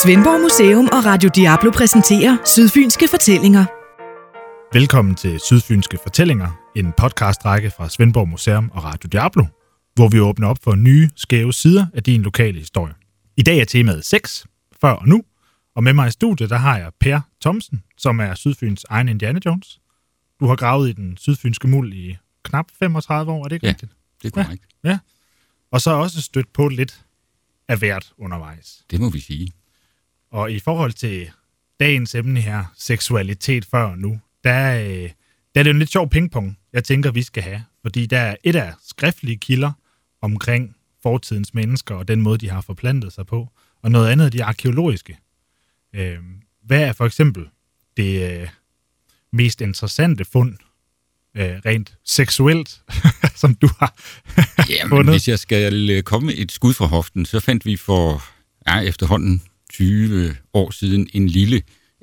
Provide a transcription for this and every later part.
Svendborg Museum og Radio Diablo præsenterer Sydfynske Fortællinger. Velkommen til Sydfynske Fortællinger, en podcastrække fra Svendborg Museum og Radio Diablo, hvor vi åbner op for nye, skæve sider af din lokale historie. I dag er temaet sex, før og nu, og med mig i studiet, der har jeg Per Thomsen, som er Sydfyns egen Indiana Jones. Du har gravet i den sydfynske muld i knap 35 år, er det ikke rigtigt? Det er korrekt. Ja. Og så også stødt på lidt af hvert undervejs. Det må vi sige. Og i forhold til dagens emne her, seksualitet før og nu, der er det en lidt sjov pingpong, jeg tænker, vi skal have. Fordi der er et af skriftlige kilder omkring fortidens mennesker og den måde, de har forplantet sig på, og noget andet af de arkeologiske. Hvad er for eksempel det mest interessante fund, rent seksuelt, som du har fundet? Hvis jeg skal komme et skud fra hoften, så fandt vi for efterhånden 20 år siden en lille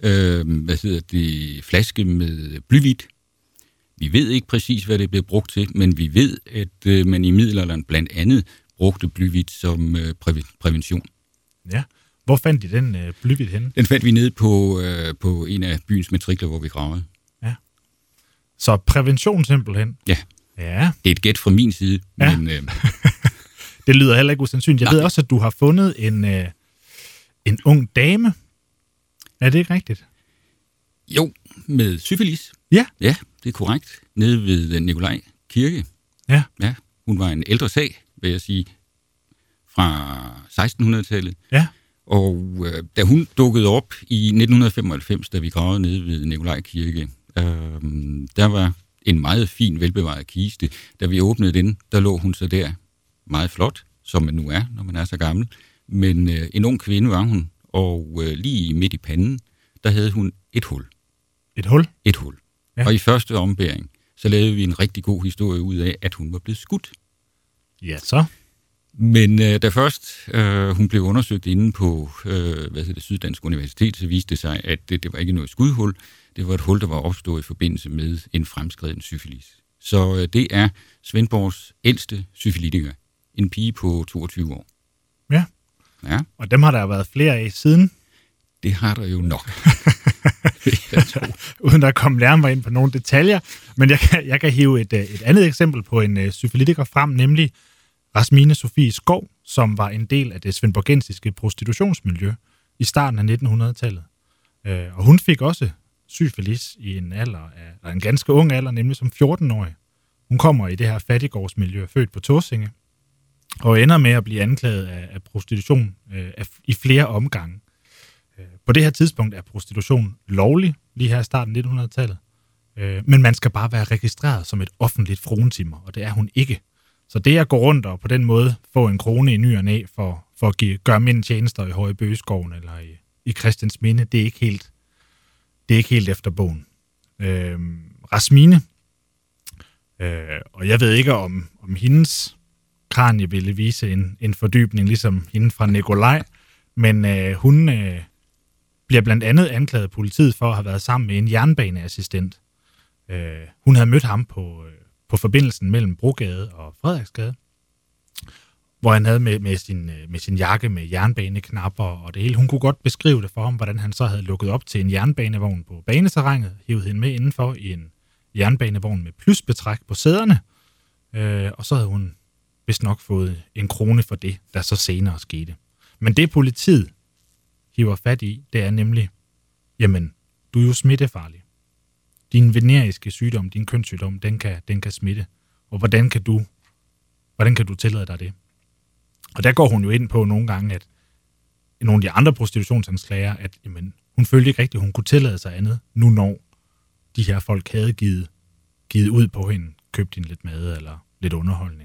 flaske med blyhvidt. Vi ved ikke præcis, hvad det blev brugt til, men vi ved, at man i middelalderen blandt andet brugte blyhvidt som prævention. Ja. Hvor fandt de den blyhvidt henne? Den fandt vi nede på en af byens matrikler, hvor vi gravede. Ja. Så prævention simpelthen? Ja. Det er et gæt fra min side. Ja. Men, det lyder heller ikke usandsynligt. Jeg ved også, at du har fundet en ung dame. Er det ikke rigtigt? Jo, med syfilis. Ja. Ja, det er korrekt. Nede ved Nikolaj Kirke. Ja. Ja, hun var en ældre sag, vil jeg sige, fra 1600-tallet. Ja. Og da hun dukkede op i 1995, da vi gravede nede ved Nikolaj Kirke, der var en meget fin, velbevaret kiste. Da vi åbnede den, der lå hun så der meget flot, som man nu er, når man er så gammel. Men en ung kvinde var hun, og lige midt i panden, der havde hun et hul. Et hul? Et hul. Ja. Og i første ombæring, så lavede vi en rigtig god historie ud af, at hun var blevet skudt. Ja, så. Men da først hun blev undersøgt inde på Syddansk Universitet, så viste det sig, at det var ikke noget skudhul. Det var et hul, der var opstået i forbindelse med en fremskreden syfilis. Så det er Svendborgs ældste syfilitiker. En pige på 22 år. Ja. Ja. Og dem har der været flere af siden. Det har der jo nok. Uden at komme nærmere ind på nogle detaljer. Men jeg kan hive et andet eksempel på en syfilitiker frem, nemlig Rasmine Sofie Skov, som var en del af det svendborgensiske prostitutionsmiljø i starten af 1900-tallet. Og hun fik også syfilis i en ganske ung alder, nemlig som 14-årig. Hun kommer i det her fattiggårdsmiljø, født på Tåsinge, og ender med at blive anklaget af prostitution i flere omgange. På det her tidspunkt er prostitution lovlig, lige her i starten af 1900-tallet. Men man skal bare være registreret som et offentligt fruentimer, og det er hun ikke. Så det at gå rundt og på den måde få en krone i ny og næ for at gøre mænd tjenester i Høje Bøgeskoven eller i Christiansminde, det er ikke helt efter bogen. Rasmine, og jeg ved ikke om hendes kranie ville vise en fordybning, ligesom hende fra Nikolaj, men hun bliver blandt andet anklaget af politiet for at have været sammen med en jernbaneassistent. Hun havde mødt ham på forbindelsen mellem Brogade og Frederiksgade, hvor han havde med sin jakke med jernbaneknapper og det hele. Hun kunne godt beskrive det for ham, hvordan han så havde lukket op til en jernbanevogn på baneterrænet, hivet hende med indenfor i en jernbanevogn med plysbetræk på sæderne, og så havde hun vist nok fået en krone for det, der så senere skete. Men det politiet hiver fat i, det er nemlig, jamen, du er jo smittefarlig. Din veneriske sygdom, din kønssygdom, den kan smitte. Og hvordan kan du tillade dig det? Og der går hun jo ind på nogle gange, at nogle af de andre prostitutionsanklager, at jamen, hun følte ikke rigtigt, at hun kunne tillade sig andet, nu når de her folk havde givet ud på hende, købt hende lidt mad eller lidt underholdning.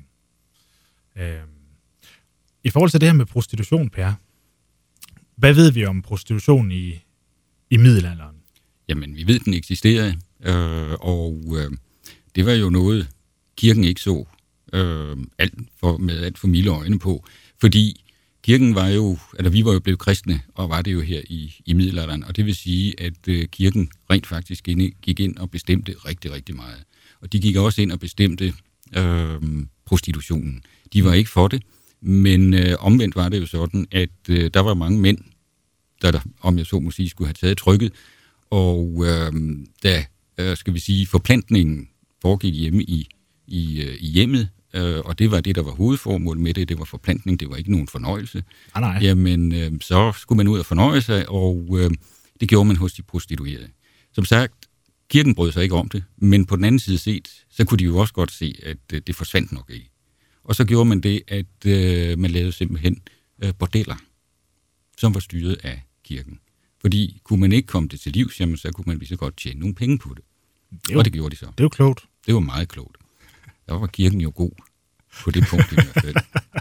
I forhold til det her med prostitution, Per, hvad ved vi om prostitution i middelalderen? Jamen, vi ved, den eksisterede, og det var jo noget, kirken ikke så med alt for milde øjne på, fordi kirken vi var jo blevet kristne, og var det jo her i middelalderen, og det vil sige, at kirken rent faktisk gik ind og bestemte rigtig, rigtig meget. Og de gik også ind og bestemte prostitutionen. De var ikke for det, men omvendt var det jo sådan, at der var mange mænd, der, om jeg så må sige, skulle have taget trykket. Og da, skal vi sige, forplantningen foregik hjemme i hjemmet, og det var det, der var hovedformålet med det. Det var forplantning, det var ikke nogen fornøjelse. Nej. Jamen, så skulle man ud og fornøje sig, og det gjorde man hos de prostituerede. Som sagt, kirken brød sig ikke om det, men på den anden side set, så kunne de jo også godt se, at det forsvandt nok ikke. Og så gjorde man det, at man lavede simpelthen bordeller, som var styret af kirken. Fordi kunne man ikke komme det til livs, jamen, så kunne man lige så godt tjene nogle penge på det. Og det gjorde de så. Det er jo klogt. Det var meget klogt. Der var kirken jo god på det punkt i hvert fald.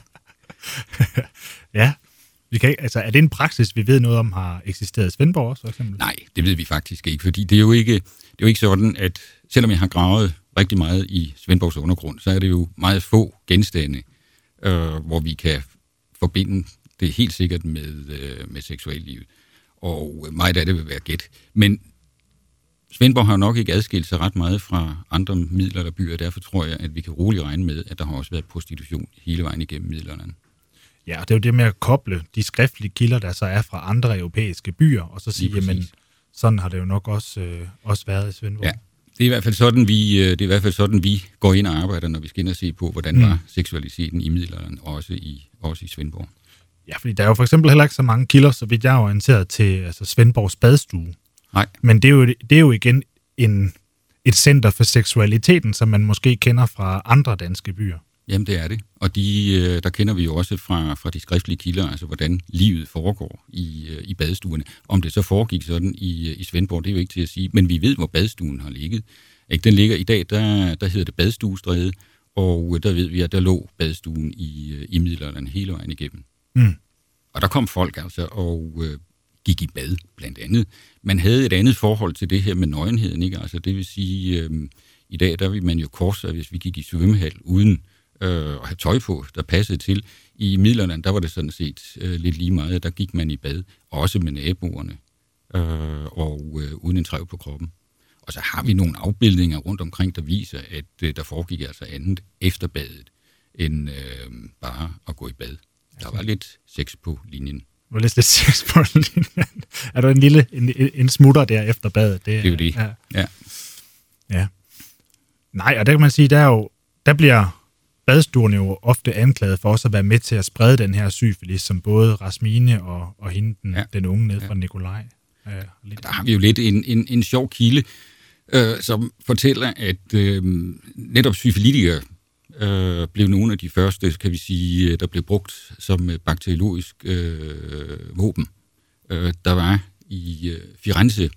Ja. Vi kan ikke, altså, er det en praksis, vi ved noget om, har eksisteret i Svendborg også, for eksempel? Nej, det ved vi faktisk ikke, fordi det er jo ikke sådan, at selvom jeg har gravet rigtig meget i Svendborgs undergrund, så er det jo meget få genstande, hvor vi kan forbinde det helt sikkert med seksuallivet. Og meget af det vil være gæt. Men Svendborg har nok ikke adskilt sig ret meget fra andre middelalderbyer, og derfor tror jeg, at vi kan roligt regne med, at der har også været prostitution hele vejen igennem middelalderen. Ja, det er jo det med at koble de skriftlige kilder, der så er fra andre europæiske byer, og så sige, jamen, sådan har det jo nok også været i Svendborg. Ja, det er i hvert fald sådan, vi går ind og arbejder, når vi skal ind og se på, hvordan var seksualiteten i middelalderen, også i Svendborg. Ja, fordi der er jo for eksempel heller ikke så mange kilder, så vidt jeg er orienteret til altså Svendborgs badstue. Nej. Men det er jo igen et center for seksualiteten, som man måske kender fra andre danske byer. Jamen, det er det. Og der kender vi jo også fra de skriftlige kilder, altså hvordan livet foregår i badestuerne. Om det så foregik sådan i Svendborg, det er jo ikke til at sige, men vi ved, hvor badestuen har ligget. Den ligger i dag, der hedder det Badestuestræde, og der ved vi, at der lå badestuen i middelalderen hele vejen igennem. Mm. Og der kom folk altså og gik i bad, blandt andet. Man havde et andet forhold til det her med nøgenheden, ikke? Altså, det vil sige, i dag, der vil man jo korse, hvis vi gik i svømmehal uden at have tøj på, der passede til. I middelalderen, der var det sådan set lidt lige meget, der gik man i bad, også med naboerne, og uden en træv på kroppen. Og så har vi nogle afbildninger rundt omkring, der viser, at der foregik altså andet efter badet, end bare at gå i bad. Der var lidt sex på linjen. Der var lidt sex på linjen. Er der en smutter der efter badet? Det er jo det, ja. Nej, og der kan man sige, der bliver badestuerne jo ofte anklaget for også at være med til at sprede den her syfilis, som både Rasmine og hende, den unge nede fra Nikolaj. Der har vi jo lidt en sjov kilde, som fortæller, at netop syfilitikere blev nogle af de første, kan vi sige, der blev brugt som bakteriologisk våben. Der var i Firenze,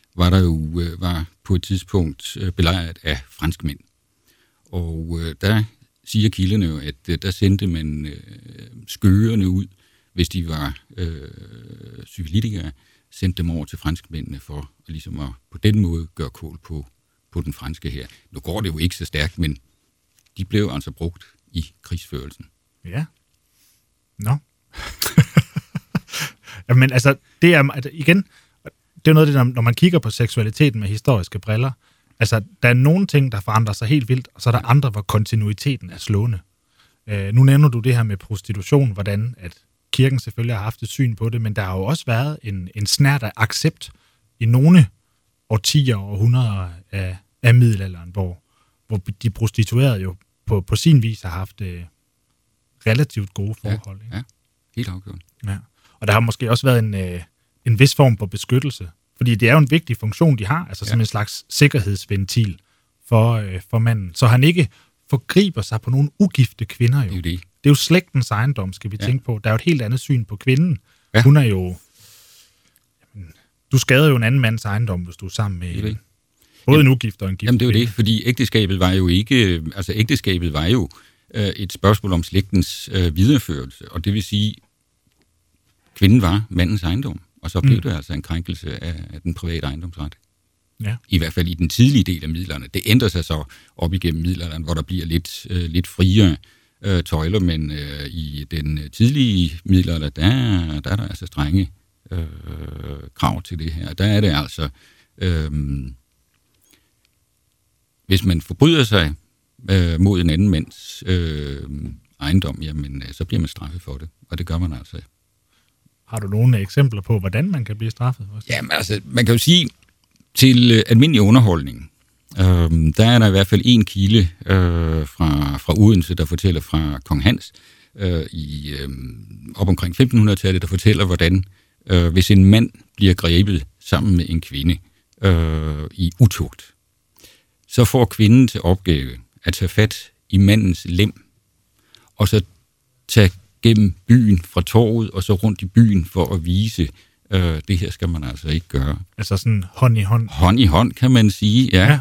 var på et tidspunkt belejret af franskmænd. Og der siger kilderne jo, at der sendte man skøgerne ud, hvis de var syfilitikere, sendte dem over til franskmændene for ligesom at på den måde gøre kål på den franske her. Nu går det jo ikke så stærkt, men de blev altså brugt i krigsførelsen. Ja. Nå. Jamen altså, det er igen, det er noget af det, når man kigger på seksualiteten med historiske briller. Altså, der er nogle ting, der forandrer sig helt vildt, og så er der andre, hvor kontinuiteten er slående. Nu nævner du det her med prostitution, hvordan at kirken selvfølgelig har haft et syn på det, men der har jo også været en snert af accept i nogle årtier og århundreder af middelalderen, hvor de prostituerede jo på sin vis har haft relativt gode forhold. Ja, helt afgjort. Ja. Og der har måske også været en vis form for beskyttelse, fordi det er jo en vigtig funktion, de har, altså som en slags sikkerhedsventil for manden. Så han ikke forgriber sig på nogle ugifte kvinder jo. Det er jo slægtens ejendom, skal vi tænke på. Der er jo et helt andet syn på kvinden. Ja. Hun er jo... Jamen, du skader jo en anden mands ejendom, hvis du er sammen med både en ugift og en gift. Jamen det er jo det, fordi ægteskabet var jo ikke... Altså ægteskabet var jo et spørgsmål om slægtens videreførelse, og det vil sige, kvinden var mandens ejendom, og så blev det altså en krænkelse af den private ejendomsret. Ja. I hvert fald i den tidlige del af middelalderen. Det ændrer sig så op igennem middelalderen, hvor der bliver lidt friere tøjler, men i den tidlige middelalder, der er der altså strenge krav til det her. Der er det altså, hvis man forbryder sig mod en anden mands ejendom, jamen så bliver man straffet for det, og det gør man altså Har du nogle eksempler på, hvordan man kan blive straffet? Jamen altså, man kan jo sige, til almindelig underholdning, der er der i hvert fald en kilde fra Odense, der fortæller fra Kong Hans, op omkring 1500-tallet, der fortæller, hvordan hvis en mand bliver grebet sammen med en kvinde i utugt, så får kvinden til opgave at tage fat i mandens lem, og så tage gennem byen fra torvet, og så rundt i byen for at vise, det her skal man altså ikke gøre. Altså sådan hånd i hånd? Hånd i hånd, kan man sige, ja.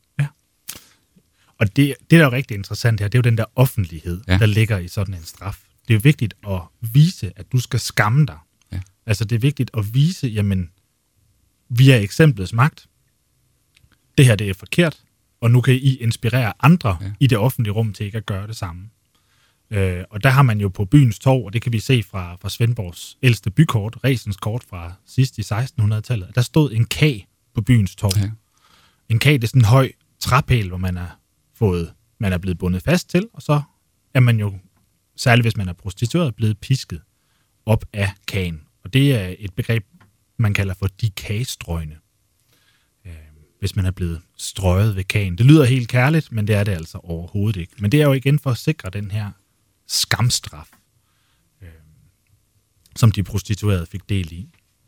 Og det der er jo rigtig interessant her, det er jo den der offentlighed, der ligger i sådan en straf. Det er jo vigtigt at vise, at du skal skamme dig. Ja. Altså det er vigtigt at vise, jamen, via eksemplets magt, det her det er forkert, og nu kan I inspirere andre i det offentlige rum til ikke at gøre det samme. Og der har man jo på byens torv, og det kan vi se fra Svendborgs ældste bykort, Resens kort fra sidst i 1600-tallet, der stod en kag på byens torv. Ja. En kag, det er sådan en høj træpæl, hvor man er blevet bundet fast til, og så er man jo, særligt hvis man er prostitueret, blevet pisket op af kagen. Og det er et begreb, man kalder for de kagestrøgne. Hvis man er blevet strøget ved kagen. Det lyder helt kærligt, men det er det altså overhovedet ikke. Men det er jo igen for at sikre den her skamstraf, som de prostituerede fik del i.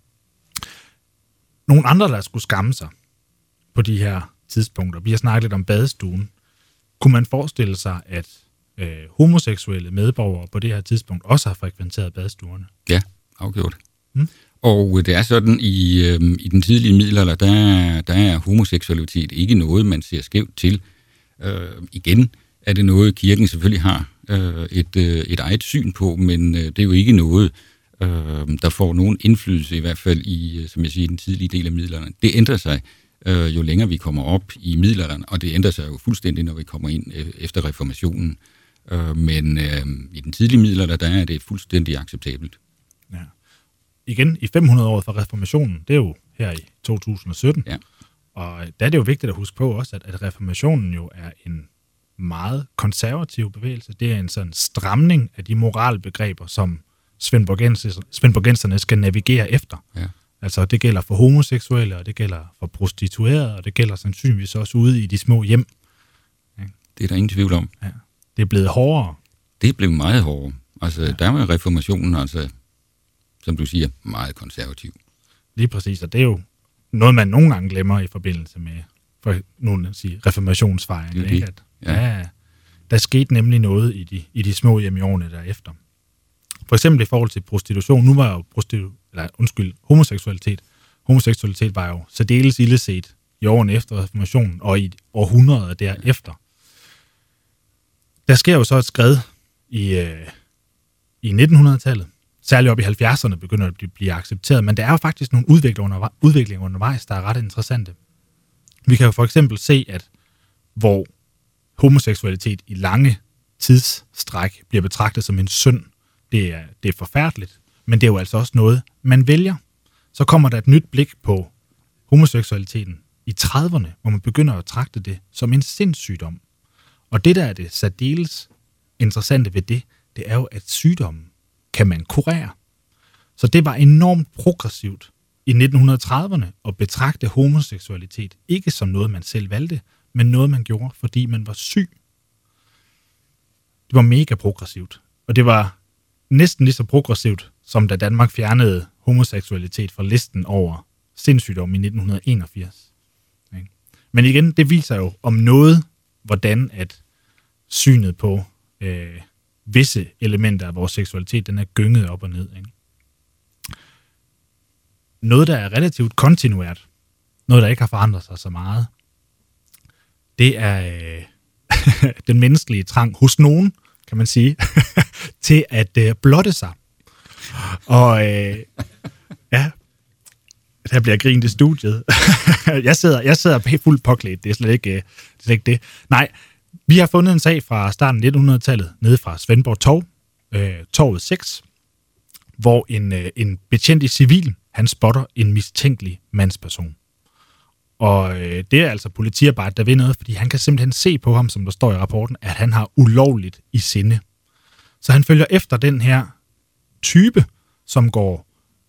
Nogle andre, der skulle skamme sig på de her tidspunkter, vi har snakket lidt om badestuen, kunne man forestille sig, at homoseksuelle medborgere på det her tidspunkt også har frekventeret badestuerne? Ja, afgjort. Og det er sådan, i den tidlige middelalder, der er homoseksualitet ikke noget, man ser skævt til. Igen er det noget, kirken selvfølgelig har et eget syn på, men det er jo ikke noget, der får nogen indflydelse, i hvert fald i, som jeg siger, den tidlige del af middelalderen. Det ændrer sig jo længere vi kommer op i middelalderen, og det ændrer sig jo fuldstændig, når vi kommer ind efter reformationen. Men i den tidlige middelalder, der er det fuldstændig acceptabelt. Ja. Igen, i 500 år fra reformationen, det er jo her i 2017, og der er det jo vigtigt at huske på også, at reformationen jo er en meget konservativ bevægelse. Det er en sådan stramning af de moralbegreber, som svendborgenserne skal navigere efter. Ja. Altså det gælder for homoseksuelle, og det gælder for prostituerede, og det gælder sandsynligvis også ude i de små hjem. Ja. Det er der ingen tvivl om. Ja. Det er blevet hårdere. Det er blevet meget hårdere. Altså der var reformationen, altså, som du siger, meget konservativ. Lige præcis, og det er jo noget, man nogle gange glemmer i forbindelse med, for nogen at sige, reformationsfejringen. Ikke? At, der skete nemlig noget i de små hjem i årene derefter. For eksempel i forhold til prostitution, nu var jo homoseksualitet. Homoseksualitet var jo særdeles illeset i årene efter reformationen og i århundreder derefter. Der sker jo så et skred i 1900-tallet. Særligt op i 70'erne begynder det at blive accepteret, men der er jo faktisk nogle udviklinger undervejs, der er ret interessante. Vi kan jo for eksempel se, at hvor homoseksualitet i lange tidsstræk bliver betragtet som en synd, det er forfærdeligt, men det er jo altså også noget, man vælger. Så kommer der et nyt blik på homoseksualiteten i 30'erne, hvor man begynder at betragte det som en sindssygdom. Og det, der er det særdeles interessante ved det er jo, at sygdommen kan man kurere. Så det var enormt progressivt i 1930'erne at betragte homoseksualitet ikke som noget, man selv valgte, men noget, man gjorde, fordi man var syg. Det var mega progressivt. Og det var næsten lige så progressivt, som da Danmark fjernede homoseksualitet fra listen over sindssygdom i 1981. Men igen, det viser jo om noget, hvordan at synet på visse elementer af vores seksualitet, den er gynget op og ned. Ikke? Noget, der er relativt kontinuert, noget, der ikke har forandret sig så meget, det er den menneskelige trang hos nogen, kan man sige, til at blotte sig. Og der bliver grint i studiet. jeg sidder fuldt påklædt, det er slet ikke det. Nej, vi har fundet en sag fra starten af 1900-tallet, nede fra Svendborg Torv, Torvet 6, hvor en betjent i civil, han spotter en mistænkelig mandsperson. Og det er altså politiarbejde, der ved noget, fordi han kan simpelthen se på ham, som der står i rapporten, at han har ulovligt i sinde. Så han følger efter den her type, som går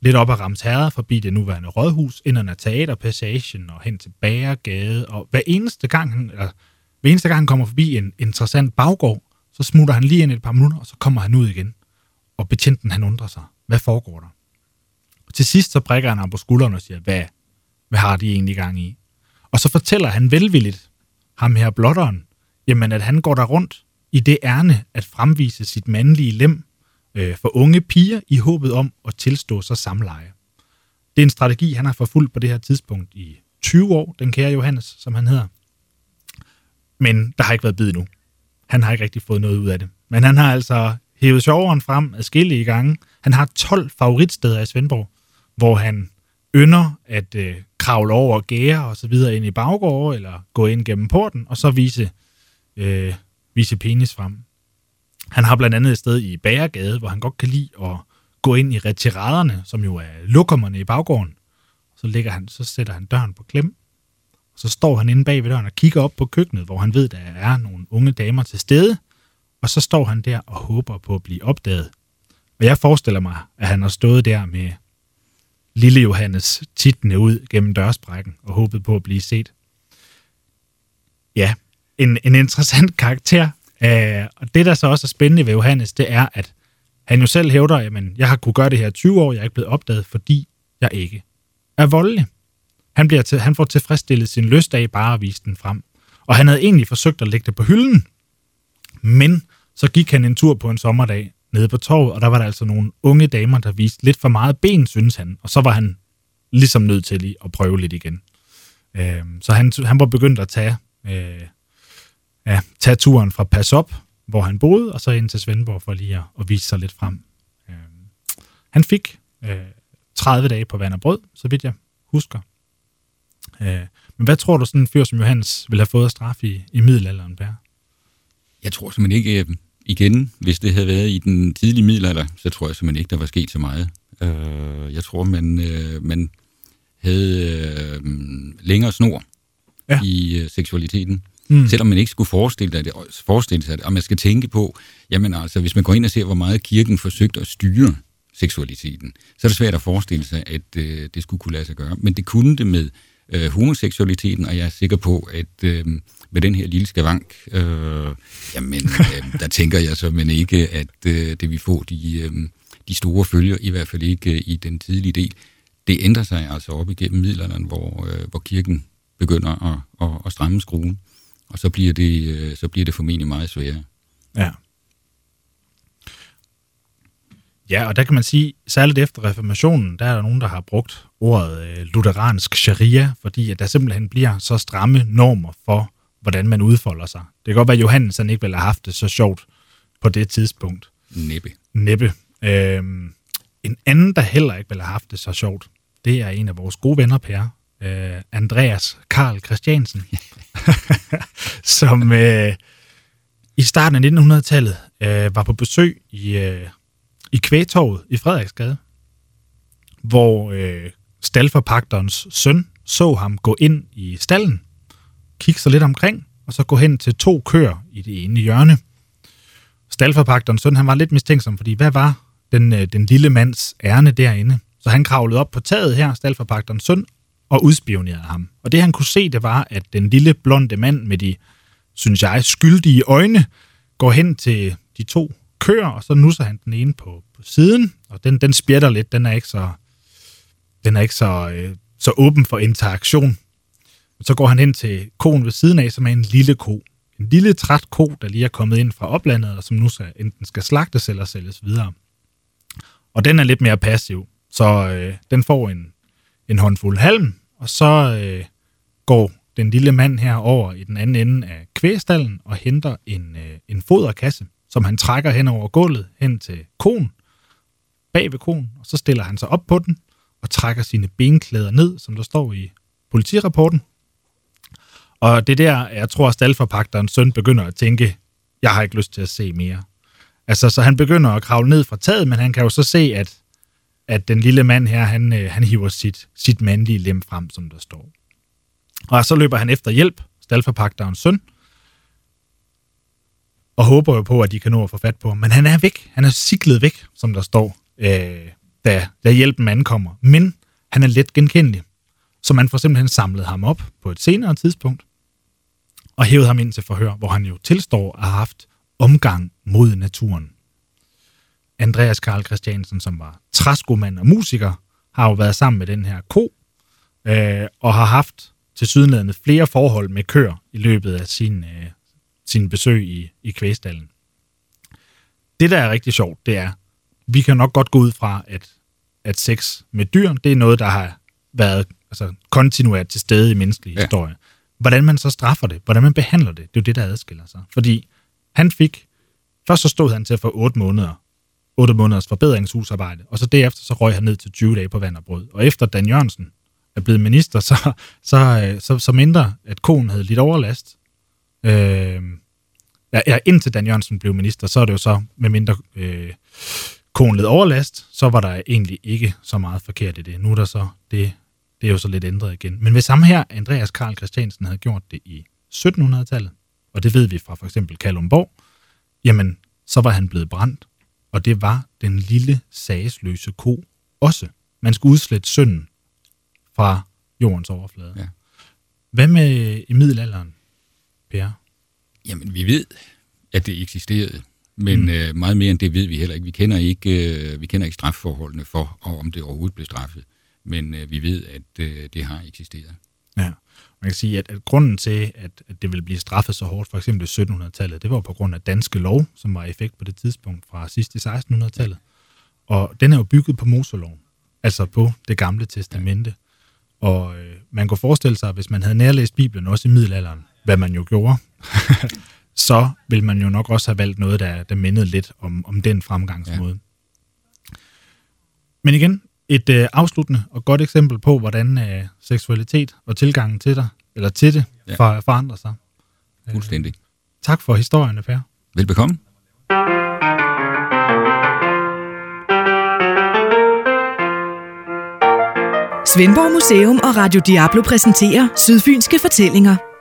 lidt op ad Ramsherred, forbi det nuværende rådhus, ind ad Teaterpassagen og hen til Bagergade, og hver eneste gang han kommer forbi en interessant baggård, så smutter han lige ind et par minutter, og så kommer han ud igen. Og betjenten, han undrer sig, hvad foregår der? Og til sidst så prikker han ham på skulderen og siger, hvad har de egentlig gang i? Og så fortæller han velvilligt, ham her blotteren, jamen at han går der rundt i det ærne at fremvise sit mandlige lem for unge piger i håbet om at tilstå sig samleje. Det er en strategi, han har forfulgt på det her tidspunkt i 20 år, den kære Johannes, som han hedder. Men der har ikke været bid endnu. Han har ikke rigtig fået noget ud af det. Men han har altså hævet sjoveren frem adskillige gange. Han har 12 favoritsteder i Svendborg, hvor han ynder at kravle over gære og så videre ind i baggårde, eller gå ind gennem porten, og så vise penis frem. Han har blandt andet et sted i Bagergade, hvor han godt kan lide at gå ind i retiraderne, som jo er lokummerne i baggården. Så sætter han døren på klem, og så står han inde bag ved døren og kigger op på køkkenet, hvor han ved, der er nogle unge damer til stede, og så står han der og håber på at blive opdaget. Og jeg forestiller mig, at han har stået der med lille Johannes tittende ud gennem dørsprækken og håbet på at blive set. Ja, en interessant karakter. Og det, der så også er spændende ved Johannes, det er, at han jo selv hævder, at jeg har kunne gøre det her 20 år, jeg er ikke blevet opdaget, fordi jeg ikke er voldelig. Han får tilfredsstillet sin lyst af bare at vise den frem. Og han havde egentlig forsøgt at lægge det på hylden, men så gik han en tur på en sommerdag nede på torvet, og der var der altså nogle unge damer, der viste lidt for meget ben, synes han. Og så var han ligesom nødt til lige at prøve lidt igen. Så han var begyndt at tage turen fra Passop, hvor han boede, og så ind til Svendborg for lige at vise sig lidt frem. Han fik 30 dage på vand og brød, så vidt jeg husker. Men hvad tror du, sådan en fyr som Johannes ville have fået af straf i middelalderen, Per? Jeg tror simpelthen ikke, igen, hvis det havde været i den tidlige middelalder, så tror jeg simpelthen ikke, der var sket så meget. Jeg tror, man havde længere snor i seksualiteten. Selvom man ikke skulle forestille sig det. Og man skal tænke på, jamen altså, hvis man går ind og ser, hvor meget kirken forsøgte at styre seksualiteten, så er det svært at forestille sig, at det skulle kunne lade sig gøre. Men det kunne det med homoseksualiteten, og jeg er sikker på, at med den her lille skavank, der tænker jeg så, men ikke, at det vil få de store følger, i hvert fald ikke i den tidlige del. Det ændrer sig altså op igennem middelalderen, hvor kirken begynder at stramme skruen, og så bliver det formentlig meget sværere. Ja. Ja, og der kan man sige, særligt efter reformationen, der er der nogen, der har brugt ordet lutheransk sharia, fordi at der simpelthen bliver så stramme normer for, hvordan man udfolder sig. Det kan godt være, at Johannes ikke ville have haft det så sjovt på det tidspunkt. Næppe. En anden, der heller ikke ville have haft det så sjovt, det er en af vores gode venner, Per. Andreas Karl Christiansen, som i starten af 1900-tallet var på besøg i Kvægtorvet i Frederiksgade, hvor staldforpagterens søn så ham gå ind i stallen, kigge sig lidt omkring, og så gå hen til 2 køer i det ene hjørne. Staldforpagterens søn, han var lidt mistænksom, fordi hvad var den lille mands ærne derinde? Så han kravlede op på taget her, staldforpagterens søn, og udspionerede ham. Og det han kunne se, det var, at den lille blonde mand med de, synes jeg, skyldige øjne, går hen til de 2 køer, og så nusser han den ene på siden, og den spjætter lidt, den er ikke så åben for interaktion. Så går han hen til koen ved siden af, som er en lille ko. En lille træt ko, der lige er kommet ind fra oplandet, og som nu enten skal slagtes eller sælges videre. Og den er lidt mere passiv, så den får en håndfuld halm, og så går den lille mand her over i den anden ende af kvægstallen og henter en foderkasse, som han trækker hen over gulvet hen til koen, bag ved koen, og så stiller han sig op på den og trækker sine benklæder ned, som der står i politirapporten. Og det der, jeg tror, at staldforpagterens søn begynder at tænke, jeg har ikke lyst til at se mere. Altså, så han begynder at kravle ned fra taget, men han kan jo så se, at den lille mand her, han hiver sit mandlige lem frem, som der står. Og så løber han efter hjælp, staldforpagterens søn, og håber jo på, at de kan nå at få fat på ham. Men han er væk. Han er siklet væk, som der står. da hjælpen ankommer. Men han er let genkendelig, så man får simpelthen samlet ham op på et senere tidspunkt og hævet ham ind til forhør, hvor han jo tilstår at have haft omgang mod naturen. Andreas Carl Christiansen, som var træskomand og musiker, har jo været sammen med den her ko, og har haft tilsyneladende flere forhold med køer i løbet af sin besøg i kvægstallen. Det, der er rigtig sjovt, det er, vi kan nok godt gå ud fra, at sex med dyr, det er noget, der har været kontinuert til stede i menneskelig historie. Hvordan man så straffer det, hvordan man behandler det, det er jo det, der adskiller sig. Fordi først så stod han til at få 8 måneders forbedringshusarbejde, og så derefter så røg han ned til 20 dage på vand og brød. Og efter Dan Jørgensen er blevet minister, så mindre, at koen havde lidt overlast. Indtil Dan Jørgensen blev minister, så er det jo så, med mindre koen led overlast, så var der egentlig ikke så meget forkert i det. Nu er der så, det er jo så lidt ændret igen. Men hvis ham her, Andreas Carl Christiansen, havde gjort det i 1700-tallet, og det ved vi fra for eksempel Kalundborg, jamen, så var han blevet brændt. Og det var den lille sagesløse ko også. Man skulle udslette synden fra jordens overflade. Ja. Hvad med i middelalderen, Per? Jamen, vi ved, at det eksisterede, men meget mere end det ved vi heller ikke. Vi kender ikke strafforholdene for, og om det overhovedet blev straffet. Men vi ved, at det har eksisteret. Ja, man kan sige, at grunden til, at det ville blive straffet så hårdt, for eksempel i 1700-tallet, det var på grund af danske lov, som var i effekt på det tidspunkt fra sidst i 1600-tallet. Og den er jo bygget på Moseloven, altså på det gamle testamente. Og man kunne forestille sig, at hvis man havde nærlæst Bibelen også i middelalderen, hvad man jo gjorde, så ville man jo nok også have valgt noget, der mindede lidt om den fremgangsmåde. Ja. Men igen, et afsluttende og godt eksempel på, hvordan seksualitet og tilgangen til det forandrer sig. Fuldstændig. Tak for historierne, Per. Velbekomme. Svendborg Museum og Radio Diablo præsenterer Sydfynske Fortællinger.